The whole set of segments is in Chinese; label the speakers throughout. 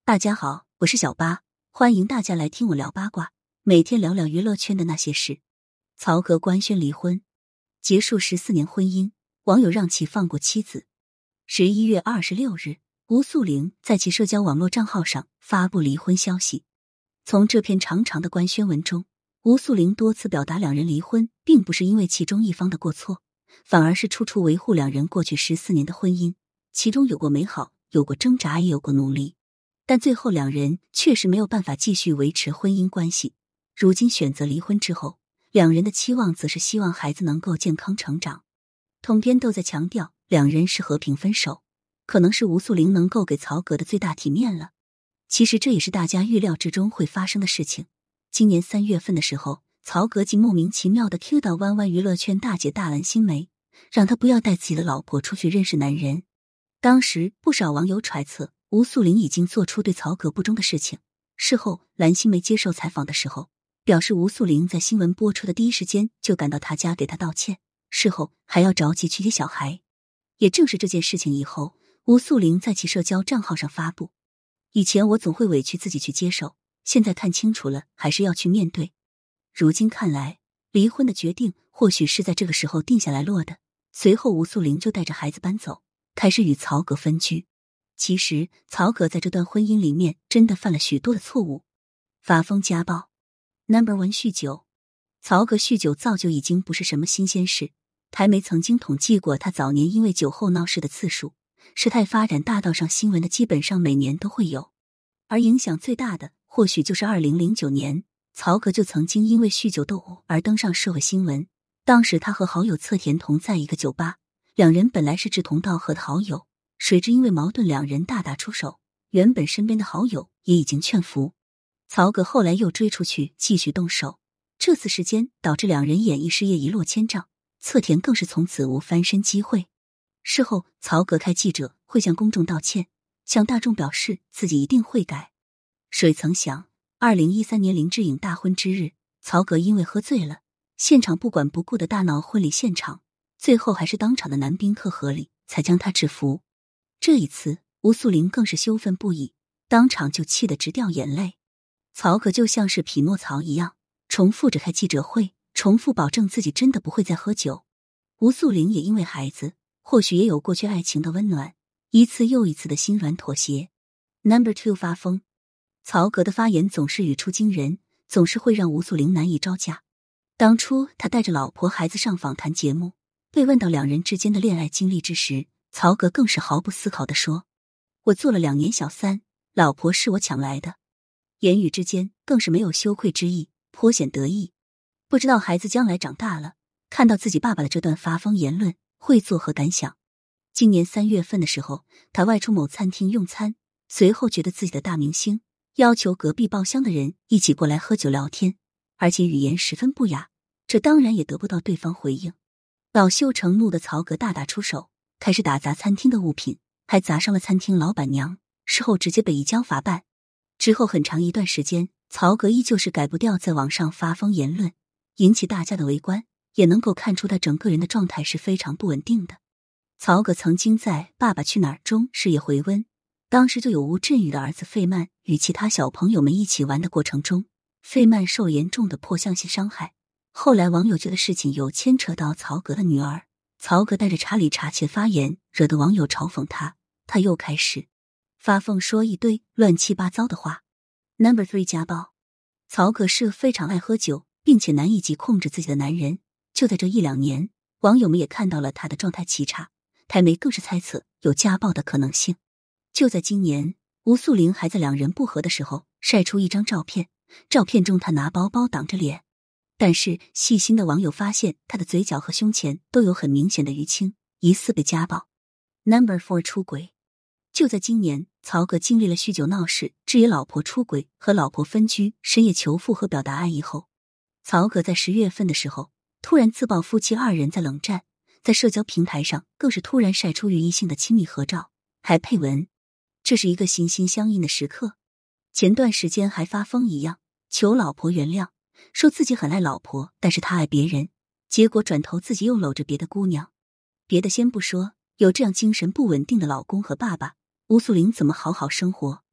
Speaker 1: 大家好，我是小八，欢迎大家来听我聊八卦，每天聊聊娱乐圈的那些事。曹格官宣离婚，结束14年婚姻，网友让其放过妻子。11月26日，吴素玲在其社交网络账号上发布离婚消息。从这篇长长的官宣文中，吴素玲多次表达两人离婚并不是因为其中一方的过错，反而是处处维护两人过去14年的婚姻，其中有过美好，有过挣扎，也有过努力。但最后两人确实没有办法继续维持婚姻关系，如今选择离婚之后，两人的期望则是希望孩子能够健康成长。通篇都在强调两人是和平分手，可能是吴素玲能够给曹格的最大体面了。其实这也是大家预料之中会发生的事情。今年3月份的时候，曹格竟莫名其妙地 Q 到弯弯娱乐圈大姐大蓝心湄，让她不要带自己的老婆出去认识男人。当时不少网友揣测吴素玲已经做出对曹格不忠的事情。事后蓝心湄接受采访的时候表示，吴素玲在新闻播出的第一时间就赶到他家给他道歉，事后还要着急去接小孩。也正是这件事情以后，吴素玲在其社交账号上发布，以前我总会委屈自己去接受，现在看清楚了，还是要去面对。如今看来，离婚的决定或许是在这个时候定下来落的。随后吴素玲就带着孩子搬走，开始与曹格分居。其实曹格在这段婚姻里面真的犯了许多的错误。发疯家暴 No.1 酗酒。曹格酗酒早就已经不是什么新鲜事，台媒曾经统计过他早年因为酒后闹事的次数，事态发展大到上新闻的基本上每年都会有。而影响最大的或许就是2009年，曹格就曾经因为酗酒斗殴而登上社会新闻。当时他和好友侧田同在一个酒吧，两人本来是志同道合的好友，谁知因为矛盾两人大打出手，原本身边的好友也已经劝服，曹格后来又追出去继续动手。这次事件导致两人演艺事业一落千丈，侧田更是从此无翻身机会。事后曹格开记者会向公众道歉，向大众表示自己一定会改。谁曾想2013年林志颖大婚之日，曹格因为喝醉了，现场不管不顾的大闹婚礼现场，最后还是当场的男宾客合理才将他制服。这一次吴素玲更是羞愤不已，当场就气得直掉眼泪。曹格就像是匹诺曹一样，重复着开记者会，重复保证自己真的不会再喝酒。吴素玲也因为孩子，或许也有过去爱情的温暖，一次又一次的心软妥协。No.2 发疯。曹格的发言总是语出惊人，总是会让吴素玲难以招架。当初他带着老婆孩子上访谈节目，被问到两人之间的恋爱经历之时，曹格更是毫不思考地说，我做了2年小三，老婆是我抢来的。言语之间更是没有羞愧之意，颇显得意。不知道孩子将来长大了，看到自己爸爸的这段发疯言论，会作何感想？今年3月份的时候，他外出某餐厅用餐，随后觉得自己的大明星要求隔壁包厢的人一起过来喝酒聊天，而且语言十分不雅，这当然也得不到对方回应。恼羞成怒的曹格大打出手，开始打砸餐厅的物品，还砸伤了餐厅老板娘，事后直接被移交法办。之后很长一段时间，曹格依旧是改不掉在网上发疯言论，引起大家的围观，也能够看出他整个人的状态是非常不稳定的。曹格曾经在《爸爸去哪儿》中事业回温，当时就有吴镇宇的儿子费曼与其他小朋友们一起玩的过程中，费曼受严重的破相性伤害。后来网友觉得事情有牵扯到曹格的女儿，曹格带着查理查切发言，惹得网友嘲讽他，他又开始发疯说一堆乱七八糟的话。No.3 家暴。曹格是非常爱喝酒，并且难以及控制自己的男人。就在这1-2年，网友们也看到了他的状态奇差，台媒更是猜测有家暴的可能性。就在今年，吴素玲还在两人不和的时候晒出一张照片，照片中他拿包包挡着脸，但是细心的网友发现他的嘴角和胸前都有很明显的淤青，疑似被家暴。No.4 出轨。就在今年，曹格经历了酗酒闹事、质疑老婆出轨和老婆分居、深夜求复和表达爱意后，曹格在10月份的时候突然自曝夫妻2人在冷战，在社交平台上更是突然晒出与异性的亲密合照，还配文，这是一个心心相印的时刻。前段时间还发疯一样求老婆原谅，说自己很爱老婆，但是他爱别人，结果转头自己又搂着别的姑娘。别的先不说，有这样精神不稳定的老公和爸爸，吴素玲怎么好好生活？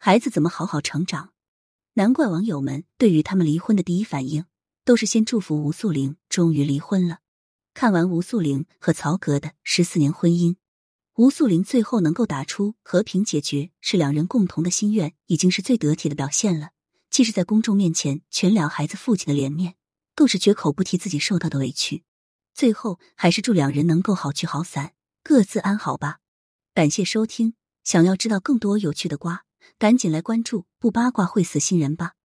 Speaker 1: 孩子怎么好好成长？难怪网友们对于他们离婚的第一反应都是先祝福吴素玲终于离婚了。看完吴素玲和曹格的14年婚姻，吴素玲最后能够打出和平解决是两人共同的心愿，已经是最得体的表现了。既是在公众面前全了孩子父亲的脸面，更是绝口不提自己受到的委屈。最后还是祝两人能够好聚好散，各自安好吧。感谢收听，想要知道更多有趣的瓜，赶紧来关注不八卦会死新人吧。